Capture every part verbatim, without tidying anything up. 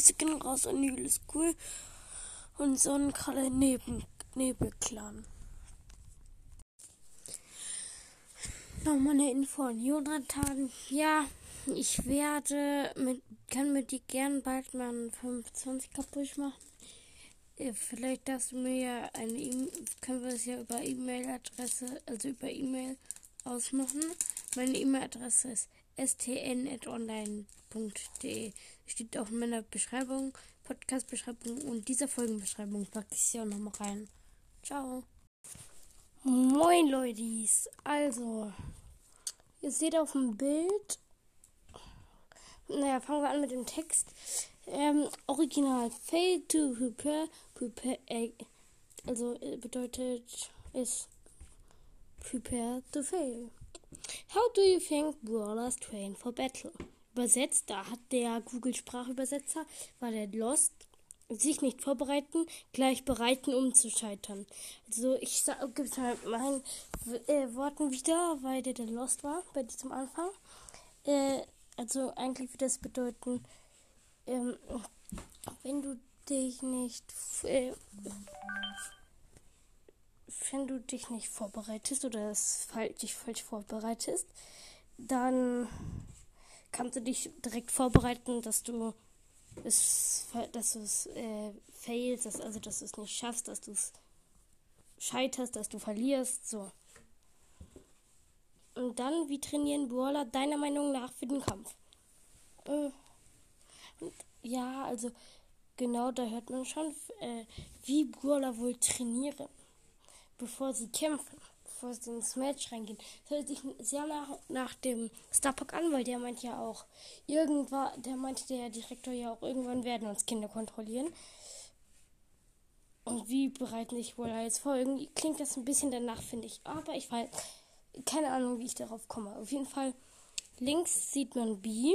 Grüße gehen raus an Julius Cool und Sonnenkralle neben Nebelclan. Nochmal eine Info an Jonathan. Ja, ich werde mit, kann mit dir gern bald mal einen fünfundzwanziger Push machen. Vielleicht darfst du mir ja eine E-Mail, können wir es ja über E-Mail-Adresse, also über E-Mail ausmachen. Meine E-Mail-Adresse ist s t n at online punkt d e. Steht auch in meiner Beschreibung, Podcast-Beschreibung und dieser Folgenbeschreibung packe ich sie auch nochmal rein. Ciao. Moin Leute, also, ihr seht auf dem Bild, naja, fangen wir an mit dem Text. Ähm, Original, fail to prepare, prepare, äh, also bedeutet es prepare to fail. How do you think brawlers train for battle? Übersetzt, da hat der Google-Sprachübersetzer, war der Lost, sich nicht vorbereiten, gleich bereiten, um zu scheitern. Also ich gebe es mal meinen äh, Worten wieder, weil der der Lost war bei diesem Anfang. Äh, also eigentlich würde das bedeuten, ähm, wenn du dich nicht äh, wenn du dich nicht vorbereitest oder es dich falsch vorbereitest, dann kannst du dich direkt vorbereiten, dass du es, dass du es äh, failst, dass, also dass du es nicht schaffst, dass du es scheiterst, dass du verlierst, so. Und dann, wie trainieren Brawler deiner Meinung nach für den Kampf? Äh, und ja, also genau, da hört man schon, äh, wie Brawler wohl trainieren, bevor sie kämpfen, bevor sie ins Match reingehen. Das hört sich sehr nach, nach dem Starpark an, weil der meint ja auch, irgendwann, der meinte der Direktor ja auch, irgendwann werden uns Kinder kontrollieren. Und wie bereiten sich wohl jetzt vor? Irgendwie klingt das ein bisschen danach, finde ich. Aber ich weiß, keine Ahnung, wie ich darauf komme. Auf jeden Fall, links sieht man B.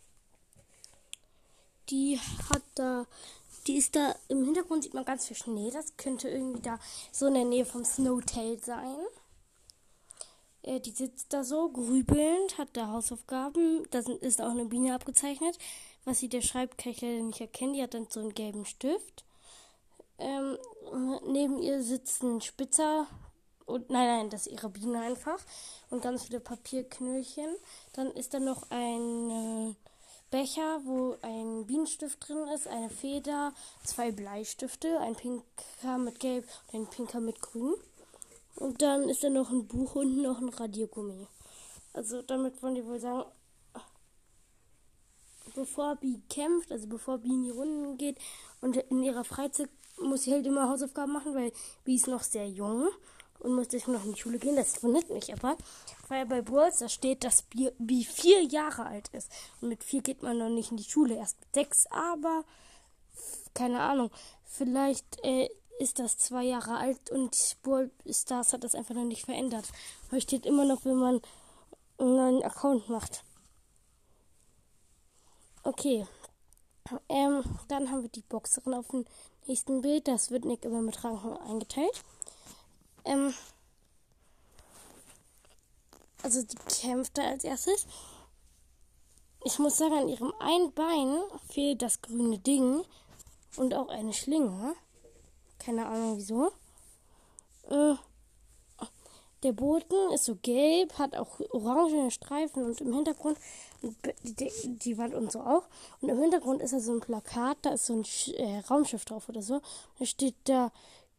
Die hat da, die ist da, im Hintergrund sieht man ganz viel Schnee. Das könnte irgendwie da so in der Nähe vom Snowtail sein. Äh, die sitzt da so, grübelnd, hat da Hausaufgaben. Da ist auch eine Biene abgezeichnet. Was sie da schreibt, kann ich leider nicht erkennen. Die hat dann so einen gelben Stift. Ähm, neben ihr sitzt ein Spitzer. Und nein, nein, das ist ihre Biene einfach. Und ganz viele Papierknöllchen. Dann ist da noch ein äh, Becher, wo ein Bienenstift drin ist, eine Feder, zwei Bleistifte, ein pinker mit gelb und ein pinker mit grün. Und dann ist da noch ein Buch und noch ein Radiergummi. Also damit wollen die wohl sagen, bevor Bi kämpft, also bevor Bi in die Runden geht und in ihrer Freizeit muss sie halt immer Hausaufgaben machen, weil Bi ist noch sehr jung und muss deswegen noch in die Schule gehen. Das wundert mich aber, weil bei Brawl da steht, dass Bi vier Jahre alt ist. Und mit vier geht man noch nicht in die Schule, erst mit sechs, aber keine Ahnung, vielleicht äh, ist das zwei Jahre alt und Brawl Stars hat das einfach noch nicht verändert. Weil steht immer noch, wenn man einen neuen Account macht. Okay, ähm, dann haben wir die Boxerin auf dem nächsten Bild. Das wird nicht immer mit Ranken eingeteilt. Ähm, also die kämpft da als erstes. Ich muss sagen, an ihrem einen Bein fehlt das grüne Ding und auch eine Schlinge. Keine Ahnung wieso. Äh, der Boden ist so gelb, hat auch orangene Streifen und im Hintergrund die, die Wand und so auch. Und im Hintergrund ist da so ein Plakat, da ist so ein äh, Raumschiff drauf oder so. Da steht da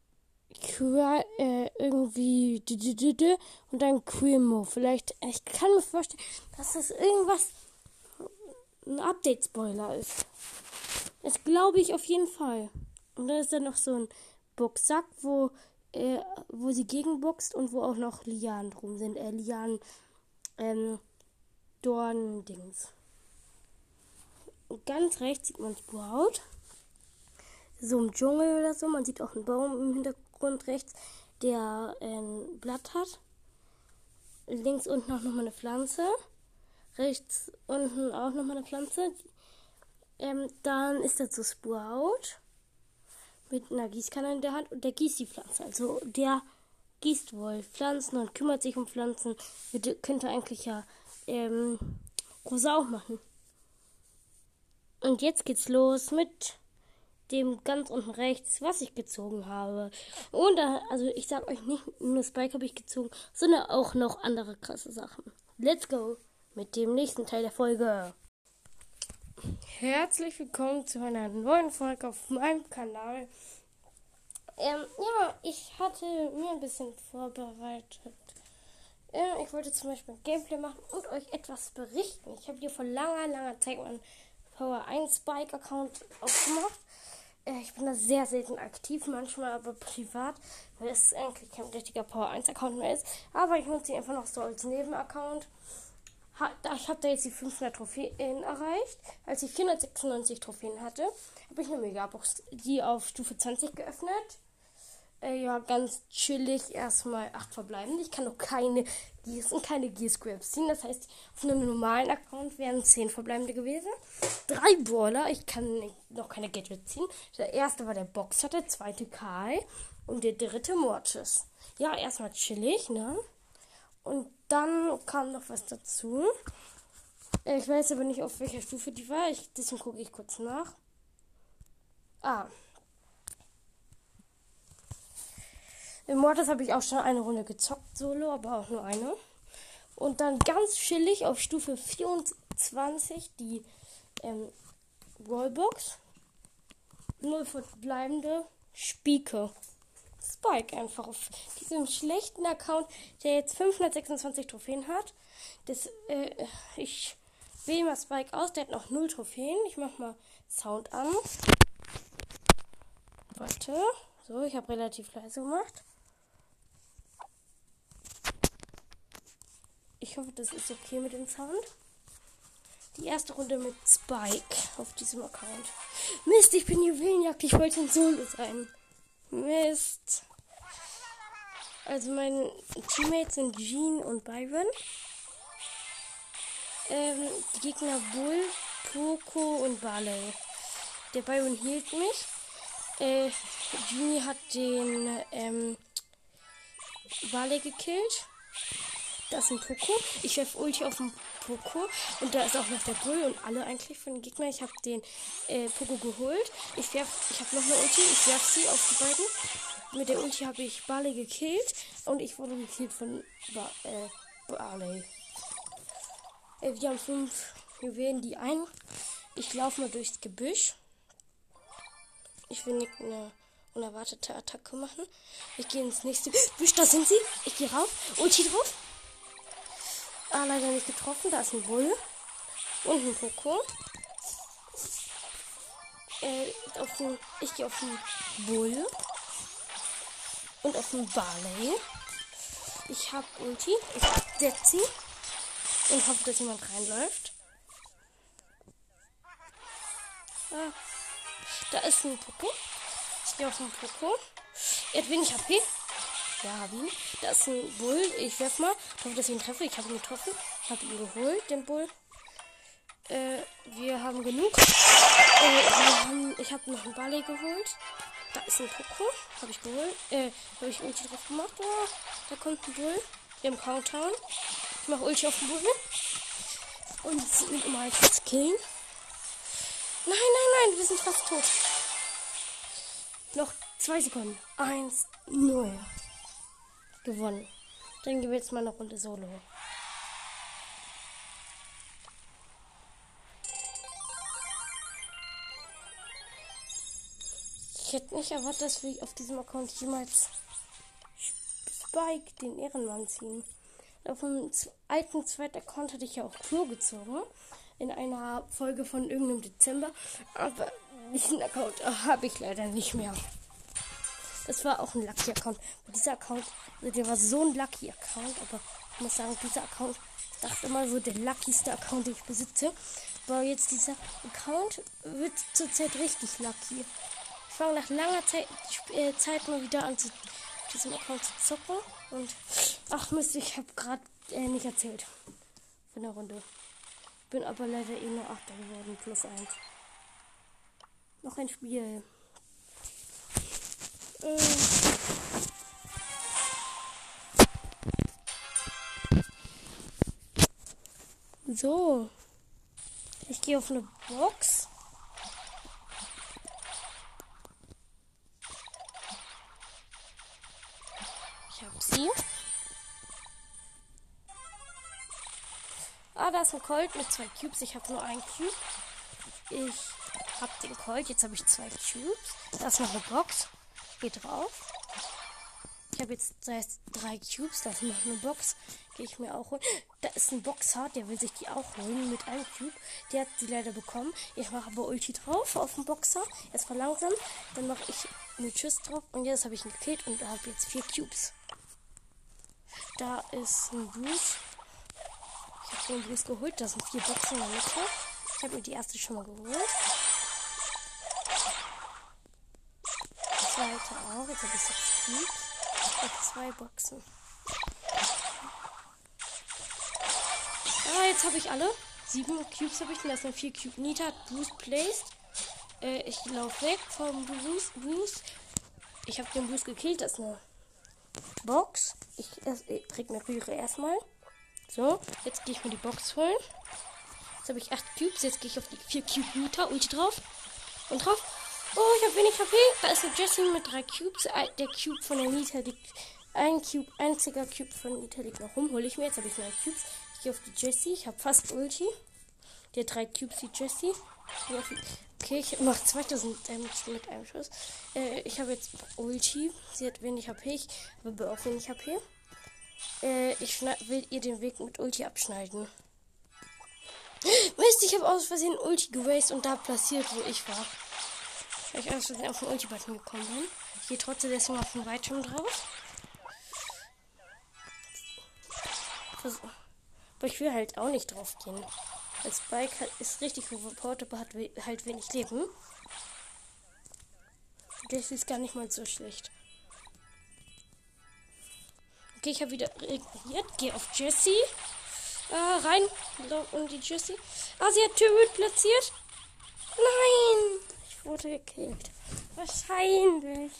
äh, irgendwie und dann Quimo. Vielleicht, ich kann mir vorstellen, dass das irgendwas, ein Update-Spoiler ist. Das glaube ich auf jeden Fall. Und dann ist da noch so ein Boxsack, wo Äh, wo sie gegenboxt und wo auch noch Lianen drum sind. Äh, Lianen, ähm, Dorn-Dings. Und ganz rechts sieht man Sprout. So im Dschungel oder so. Man sieht auch einen Baum im Hintergrund rechts, der ein ähm, Blatt hat. Links unten auch nochmal eine Pflanze. Rechts unten auch nochmal eine Pflanze. Ähm, dann ist das so Sprout mit einer Gießkanne in der Hand und der gießt die Pflanze. Also der gießt wohl Pflanzen und kümmert sich um Pflanzen. Der, der, könnte eigentlich ja ähm, Rosa auch machen. Und jetzt geht's los mit dem ganz unten rechts, was ich gezogen habe. Und da, also ich sag euch nicht nur Spike habe ich gezogen, sondern auch noch andere krasse Sachen. Let's go mit dem nächsten Teil der Folge. Herzlich willkommen zu einer neuen Folge auf meinem Kanal. Ähm, ja, ich hatte mir ein bisschen vorbereitet. Ähm, ich wollte zum Beispiel ein Gameplay machen und euch etwas berichten. Ich habe hier vor langer, langer Zeit meinen Power eins Spike Account aufgemacht. Äh, ich bin da sehr selten aktiv, manchmal aber privat, weil es eigentlich kein richtiger Power eins Account mehr ist. Aber ich nutze ihn einfach noch so als Nebenaccount. Ich habe da jetzt die fünfhundert Trophäen erreicht. Als ich vierhundertsechsundneunzig Trophäen hatte, habe ich eine Megabox, die auf Stufe zwanzig geöffnet. Äh, ja, ganz chillig. Erstmal acht verbleibende. Ich kann noch keine Gears und keine Gear-Scraps ziehen. Das heißt, auf einem normalen Account wären zehn verbleibende gewesen. Drei Brawler. Ich kann noch keine Gadgets ziehen. Der erste war der Boxer, der zweite Kai und der dritte Mortis. Ja, erstmal chillig, ne? Und dann kam noch was dazu. Ich weiß aber nicht, auf welcher Stufe die war. Ich, deswegen gucke ich kurz nach. Ah. Im Mortis habe ich auch schon eine Runde gezockt, solo, aber auch nur eine. Und dann ganz chillig auf Stufe vierundzwanzig die ähm, Wallbox. Null verbleibende Spieke. Spike einfach auf diesem schlechten Account, der jetzt fünfhundertsechsundzwanzig Trophäen hat. Das, äh, ich wähle mal Spike aus, der hat noch null Trophäen. Ich mach mal Sound an. Warte. So, ich habe relativ leise gemacht. Ich hoffe, das ist okay mit dem Sound. Die erste Runde mit Spike auf diesem Account. Mist, ich bin Juwelenjagd, ich wollte ein Solo sein. Mist. Also meine Teammates sind Jean und Byron. Ähm, die Gegner Bull, Poco und Barley. Der Byron hielt mich. Äh, Genie hat den ähm, Barley gekillt. Das ist ein Poco. Ich werfe Ulti auf den Poco. Und da ist auch noch der Bull und alle eigentlich von den Gegnern. Ich habe den äh, Poco geholt. Ich werf, ich habe noch eine Ulti. Ich werfe sie auf die beiden. Mit der Ulti habe ich Barley gekillt. Und ich wurde gekillt von ba äh, Barley. Äh, wir haben fünf Juwelen, die ein. Ich laufe mal durchs Gebüsch. Ich will nicht eine unerwartete Attacke machen. Ich gehe ins nächste Gebüsch. Da sind sie. Ich gehe rauf. Ulti drauf. Ah, leider nicht getroffen. Da ist ein Bull. Und ein Poco. Äh, auf den, ich gehe auf den Bull. Und auf den Barley. Ich habe Ulti. Ich setze sie. Und hoffe, dass jemand reinläuft. Ah, da ist ein Poco. Ich gehe auf den Poco. Er hat wenig H P. Ja, hab ihn. Da ist ein Bull. Ich werf mal. Ich hoffe, dass ich ihn treffe. Ich habe ihn getroffen. Ich habe ihn geholt, den Bull. Äh, wir haben genug. Äh, wir haben, ich habe noch einen Barley geholt. Da ist ein Poco. Habe ich geholt. Äh, habe ich Ulti drauf gemacht. Oh, da kommt ein Bull. Wir haben Countdown. Ich mache Ulti auf den Bull. Und mit mal kurz killen. Nein, nein, nein. Wir sind fast tot. Noch zwei Sekunden. Eins, null. Gewonnen. Dann gehen wir jetzt mal eine Runde Solo. Ich hätte nicht erwartet, dass wir auf diesem Account jemals Spike, den Ehrenmann, ziehen. Auf dem alten zweiten Account hatte ich ja auch Klo gezogen. In einer Folge von irgendeinem Dezember. Aber diesen Account habe ich leider nicht mehr. Das war auch ein Lucky Account. Und dieser Account, also der war so ein Lucky Account, aber ich muss sagen, dieser Account, ich dachte immer so der luckyste Account, den ich besitze. Aber jetzt dieser Account wird zurzeit richtig lucky. Ich fange nach langer Zeit, äh, Zeit mal wieder an, zu diesem Account zu zocken. Und ach Mist, ich habe gerade äh, nicht erzählt von der Runde. Bin aber leider eh nur Achter geworden, plus eins. Noch ein Spiel. So. Ich gehe auf eine Box. Upsi. Ah, da ist ein Colt mit zwei Cubes. Ich habe nur einen Cube. Ich habe den Colt. Jetzt habe ich zwei Cubes. Da ist noch eine Box. Geht drauf. Ich habe jetzt drei Cubes. Da ist noch eine Box. Gehe ich mir auch holen. Da ist ein Boxer. Der will sich die auch holen mit einem Cube. Der hat die leider bekommen. Ich mache aber Ulti drauf auf den Boxer. Erst verlangsamt. Dann mache ich eine Tschüss drauf. Und jetzt habe ich ihn gekillt und habe jetzt vier Cubes. Da ist ein Boost. Ich habe den Boost geholt. Da sind vier Boxen in der Mitte. Ich habe mir die erste schon mal geholt. Die zweite auch. Jetzt habe ich sechs Cubes. Auf zwei Boxen. Ah, jetzt habe ich alle. Sieben Cubes habe ich. Da sind vier Cube. Nita hat Boost placed. Äh, ich laufe weg vom Boost. Boost. Ich habe den Boost gekillt. Das ist eine Box. Ich, ich regeneriere erstmal. So, jetzt gehe ich mir die Box holen. Jetzt habe ich acht Cubes. Jetzt gehe ich auf die vier Cube Nita. Ulti drauf. Und drauf. Oh, ich habe wenig H P. Da ist eine Jessie mit drei Cubes. Der Cube von der Nita liegt. Ein Cube, einziger Cube von Nita liegt noch rum. Hole ich mir. Jetzt habe ich neun Cubes. Ich gehe auf die Jessie. Ich habe fast Ulti. Der drei Cubes, die Jessie. Okay, ich mache zweitausend Damage mit einem Schuss. Äh, ich habe jetzt Ulti. Sie hat wenig H P. Ich habe auch wenig H P. Äh, ich will ihr den Weg mit Ulti abschneiden. Mist, ich habe aus Versehen Ulti geraced und da platziert, wo ich war. Weil ich aus Versehen auf den Ulti-Button gekommen bin. Ich gehe trotzdem deswegen auf den Weitschirm drauf. Aber ich will halt auch nicht drauf gehen. Weil Spike hat, ist richtig overpowered, aber hat we halt wenig Leben. Das ist gar nicht mal so schlecht. Okay, ich habe wieder reagiert. Gehe auf Jessie. Äh, rein. Und die Jessie. Ah, sie hat Turret platziert. Nein! Ich wurde gekillt. Wahrscheinlich.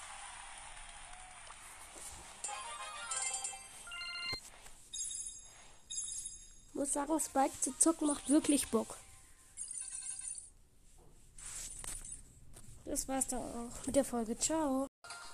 Ich muss sagen, Spike zu zocken macht wirklich Bock. Das war's dann auch mit der Folge. Ciao.